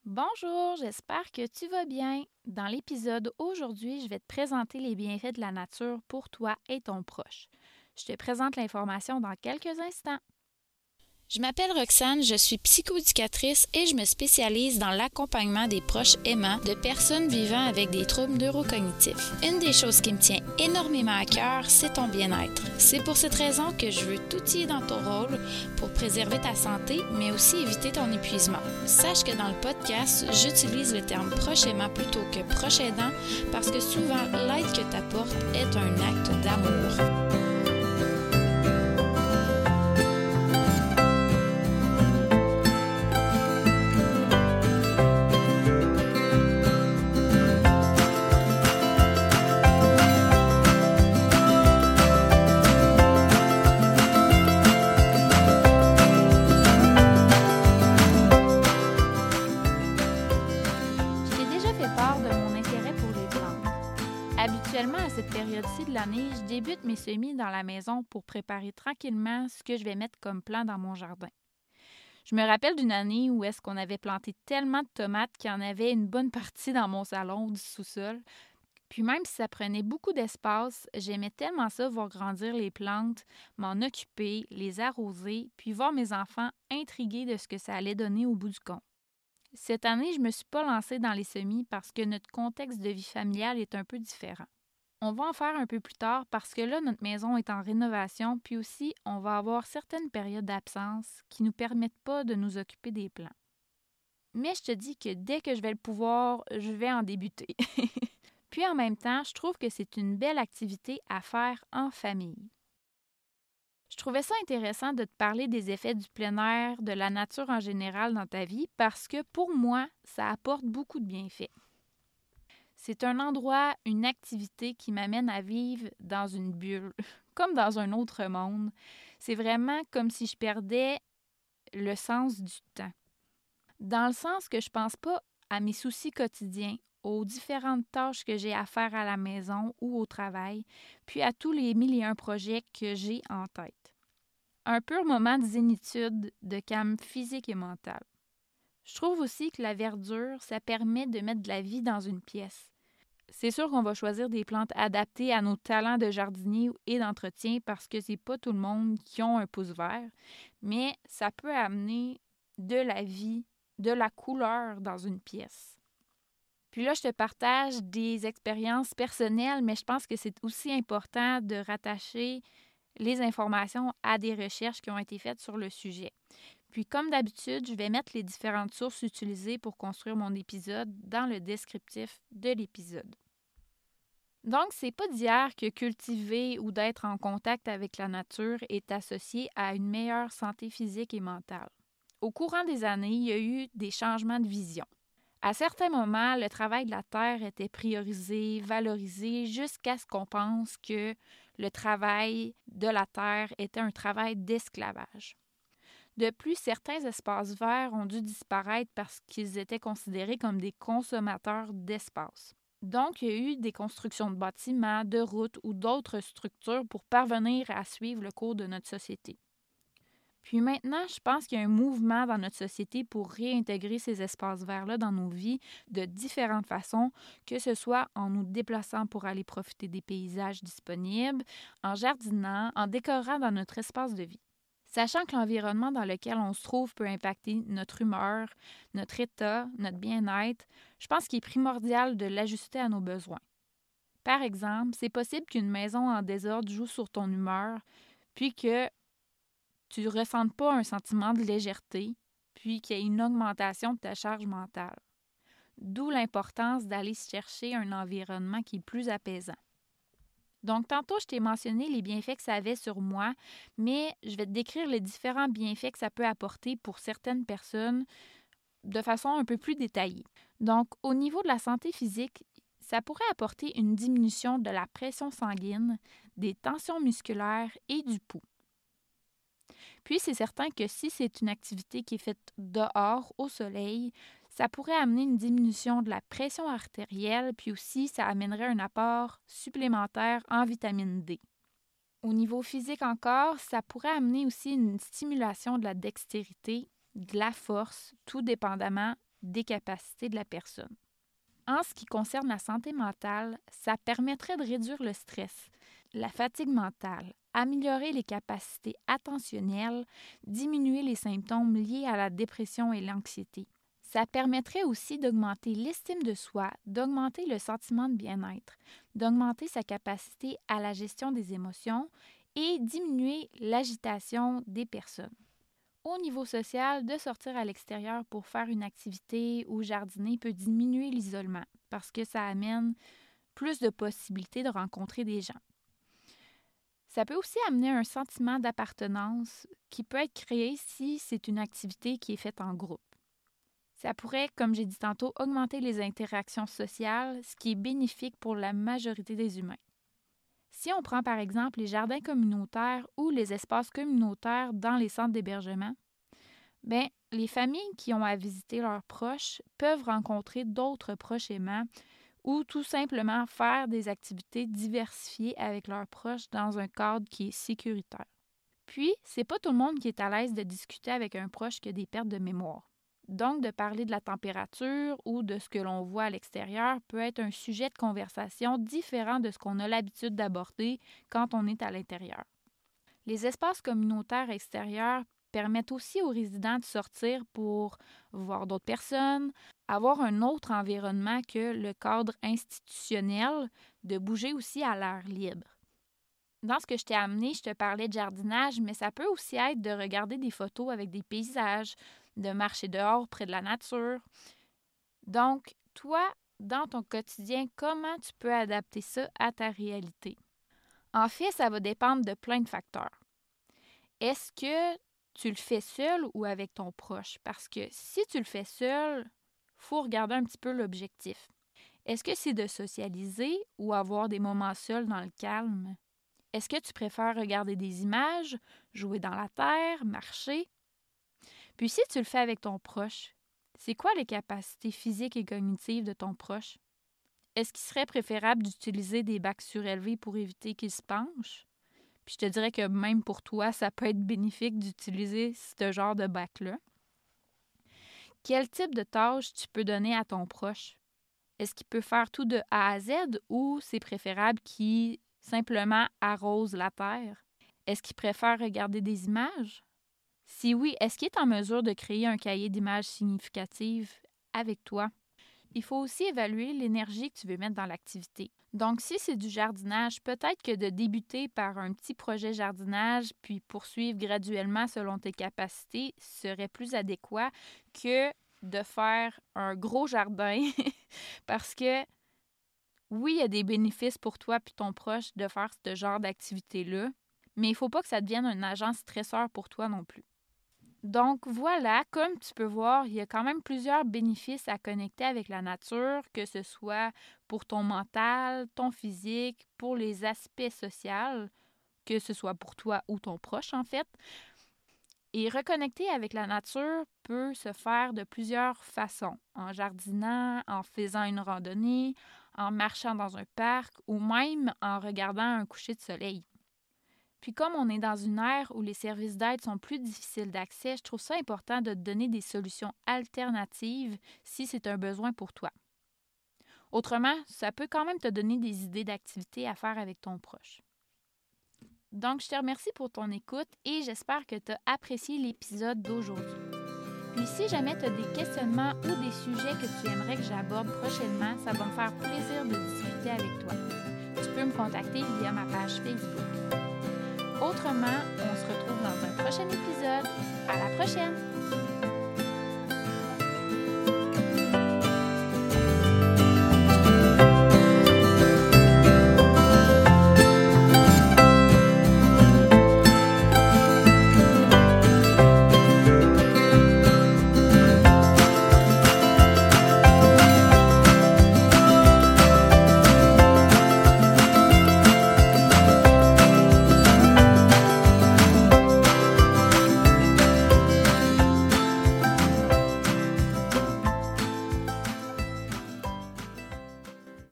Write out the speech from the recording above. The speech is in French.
Bonjour, j'espère que tu vas bien. Dans l'épisode aujourd'hui, je vais te présenter les bienfaits de la nature pour toi et ton proche. Je te présente l'information dans quelques instants. Je m'appelle Roxane, je suis psychoéducatrice et je me spécialise dans l'accompagnement des proches aimants de personnes vivant avec des troubles neurocognitifs. Une des choses qui me tient énormément à cœur, c'est ton bien-être. C'est pour cette raison que je veux t'outiller dans ton rôle pour préserver ta santé, mais aussi éviter ton épuisement. Sache que dans le podcast, j'utilise le terme proche aimant plutôt que proche aidant parce que souvent, l'aide que tu apportes est un acte d'amour. Habituellement, à cette période-ci de l'année, je débute mes semis dans la maison pour préparer tranquillement ce que je vais mettre comme plant dans mon jardin. Je me rappelle d'une année où est-ce qu'on avait planté tellement de tomates qu'il y en avait une bonne partie dans mon salon du sous-sol. Puis même si ça prenait beaucoup d'espace, j'aimais tellement ça voir grandir les plantes, m'en occuper, les arroser, puis voir mes enfants intrigués de ce que ça allait donner au bout du compte. Cette année, je ne me suis pas lancée dans les semis parce que notre contexte de vie familiale est un peu différent. On va en faire un peu plus tard parce que là, notre maison est en rénovation, puis aussi, on va avoir certaines périodes d'absence qui ne nous permettent pas de nous occuper des plants. Mais je te dis que dès que je vais le pouvoir, je vais en débuter. Puis en même temps, je trouve que c'est une belle activité à faire en famille. Je trouvais ça intéressant de te parler des effets du plein air, de la nature en général dans ta vie, parce que pour moi, ça apporte beaucoup de bienfaits. C'est un endroit, une activité qui m'amène à vivre dans une bulle, comme dans un autre monde. C'est vraiment comme si je perdais le sens du temps. Dans le sens que je pense pas à mes soucis quotidiens, aux différentes tâches que j'ai à faire à la maison ou au travail, puis à tous les 1001 projets que j'ai en tête. Un pur moment de zénitude, de calme physique et mental. Je trouve aussi que la verdure, ça permet de mettre de la vie dans une pièce. C'est sûr qu'on va choisir des plantes adaptées à nos talents de jardinier et d'entretien parce que c'est pas tout le monde qui a un pouce vert, mais ça peut amener de la vie, de la couleur dans une pièce. Puis là, je te partage des expériences personnelles, mais je pense que c'est aussi important de rattacher les informations à des recherches qui ont été faites sur le sujet. Puis, comme d'habitude, je vais mettre les différentes sources utilisées pour construire mon épisode dans le descriptif de l'épisode. Donc, c'est pas d'hier que cultiver ou d'être en contact avec la nature est associé à une meilleure santé physique et mentale. Au courant des années, il y a eu des changements de vision. À certains moments, le travail de la terre était priorisé, valorisé, jusqu'à ce qu'on pense que le travail de la terre était un travail d'esclavage. De plus, certains espaces verts ont dû disparaître parce qu'ils étaient considérés comme des consommateurs d'espace. Donc, il y a eu des constructions de bâtiments, de routes ou d'autres structures pour parvenir à suivre le cours de notre société. Puis maintenant, je pense qu'il y a un mouvement dans notre société pour réintégrer ces espaces verts-là dans nos vies de différentes façons, que ce soit en nous déplaçant pour aller profiter des paysages disponibles, en jardinant, en décorant dans notre espace de vie. Sachant que l'environnement dans lequel on se trouve peut impacter notre humeur, notre état, notre bien-être, je pense qu'il est primordial de l'ajuster à nos besoins. Par exemple, c'est possible qu'une maison en désordre joue sur ton humeur, puis que tu ne ressentes pas un sentiment de légèreté, puis qu'il y ait une augmentation de ta charge mentale. D'où l'importance d'aller chercher un environnement qui est plus apaisant. Donc, tantôt, je t'ai mentionné les bienfaits que ça avait sur moi, mais je vais te décrire les différents bienfaits que ça peut apporter pour certaines personnes de façon un peu plus détaillée. Donc, au niveau de la santé physique, ça pourrait apporter une diminution de la pression sanguine, des tensions musculaires et du pouls. Puis, c'est certain que si c'est une activité qui est faite dehors, au soleil, ça pourrait amener une diminution de la pression artérielle, puis aussi ça amènerait un apport supplémentaire en vitamine D. Au niveau physique encore, ça pourrait amener aussi une stimulation de la dextérité, de la force, tout dépendamment des capacités de la personne. En ce qui concerne la santé mentale, ça permettrait de réduire le stress, la fatigue mentale, améliorer les capacités attentionnelles, diminuer les symptômes liés à la dépression et l'anxiété. Ça permettrait aussi d'augmenter l'estime de soi, d'augmenter le sentiment de bien-être, d'augmenter sa capacité à la gestion des émotions et diminuer l'agitation des personnes. Au niveau social, de sortir à l'extérieur pour faire une activité ou jardiner peut diminuer l'isolement parce que ça amène plus de possibilités de rencontrer des gens. Ça peut aussi amener un sentiment d'appartenance qui peut être créé si c'est une activité qui est faite en groupe. Ça pourrait, comme j'ai dit tantôt, augmenter les interactions sociales, ce qui est bénéfique pour la majorité des humains. Si on prend par exemple les jardins communautaires ou les espaces communautaires dans les centres d'hébergement, bien, les familles qui ont à visiter leurs proches peuvent rencontrer d'autres proches aimants ou tout simplement faire des activités diversifiées avec leurs proches dans un cadre qui est sécuritaire. Puis, c'est pas tout le monde qui est à l'aise de discuter avec un proche qui a des pertes de mémoire. Donc, de parler de la température ou de ce que l'on voit à l'extérieur peut être un sujet de conversation différent de ce qu'on a l'habitude d'aborder quand on est à l'intérieur. Les espaces communautaires extérieurs permettent aussi aux résidents de sortir pour voir d'autres personnes, avoir un autre environnement que le cadre institutionnel, de bouger aussi à l'air libre. Dans ce que je t'ai amené, je te parlais de jardinage, mais ça peut aussi être de regarder des photos avec des paysages, de marcher dehors près de la nature. Donc, toi, dans ton quotidien, comment tu peux adapter ça à ta réalité? En fait, ça va dépendre de plein de facteurs. Est-ce que tu le fais seul ou avec ton proche? Parce que si tu le fais seul, il faut regarder un petit peu l'objectif. Est-ce que c'est de socialiser ou avoir des moments seuls dans le calme? Est-ce que tu préfères regarder des images, jouer dans la terre, marcher? Puis si tu le fais avec ton proche, c'est quoi les capacités physiques et cognitives de ton proche? Est-ce qu'il serait préférable d'utiliser des bacs surélevés pour éviter qu'il se penche? Puis je te dirais que même pour toi, ça peut être bénéfique d'utiliser ce genre de bac-là. Quel type de tâches tu peux donner à ton proche? Est-ce qu'il peut faire tout de A à Z ou c'est préférable qu'il simplement arrose la terre? Est-ce qu'il préfère regarder des images? Si oui, est-ce qu'il est en mesure de créer un cahier d'images significatives avec toi? Il faut aussi évaluer l'énergie que tu veux mettre dans l'activité. Donc, si c'est du jardinage, peut-être que de débuter par un petit projet jardinage puis poursuivre graduellement selon tes capacités serait plus adéquat que de faire un gros jardin parce que oui, il y a des bénéfices pour toi puis ton proche de faire ce genre d'activité-là, mais il ne faut pas que ça devienne un agent stresseur pour toi non plus. Donc voilà, comme tu peux voir, il y a quand même plusieurs bénéfices à connecter avec la nature, que ce soit pour ton mental, ton physique, pour les aspects sociaux, que ce soit pour toi ou ton proche en fait. Et reconnecter avec la nature peut se faire de plusieurs façons, en jardinant, en faisant une randonnée, en marchant dans un parc ou même en regardant un coucher de soleil. Puis comme on est dans une ère où les services d'aide sont plus difficiles d'accès, je trouve ça important de te donner des solutions alternatives si c'est un besoin pour toi. Autrement, ça peut quand même te donner des idées d'activités à faire avec ton proche. Donc, je te remercie pour ton écoute et j'espère que tu as apprécié l'épisode d'aujourd'hui. Puis si jamais tu as des questionnements ou des sujets que tu aimerais que j'aborde prochainement, ça va me faire plaisir de discuter avec toi. Tu peux me contacter via ma page Facebook. Autrement, on se retrouve dans un prochain épisode. À la prochaine!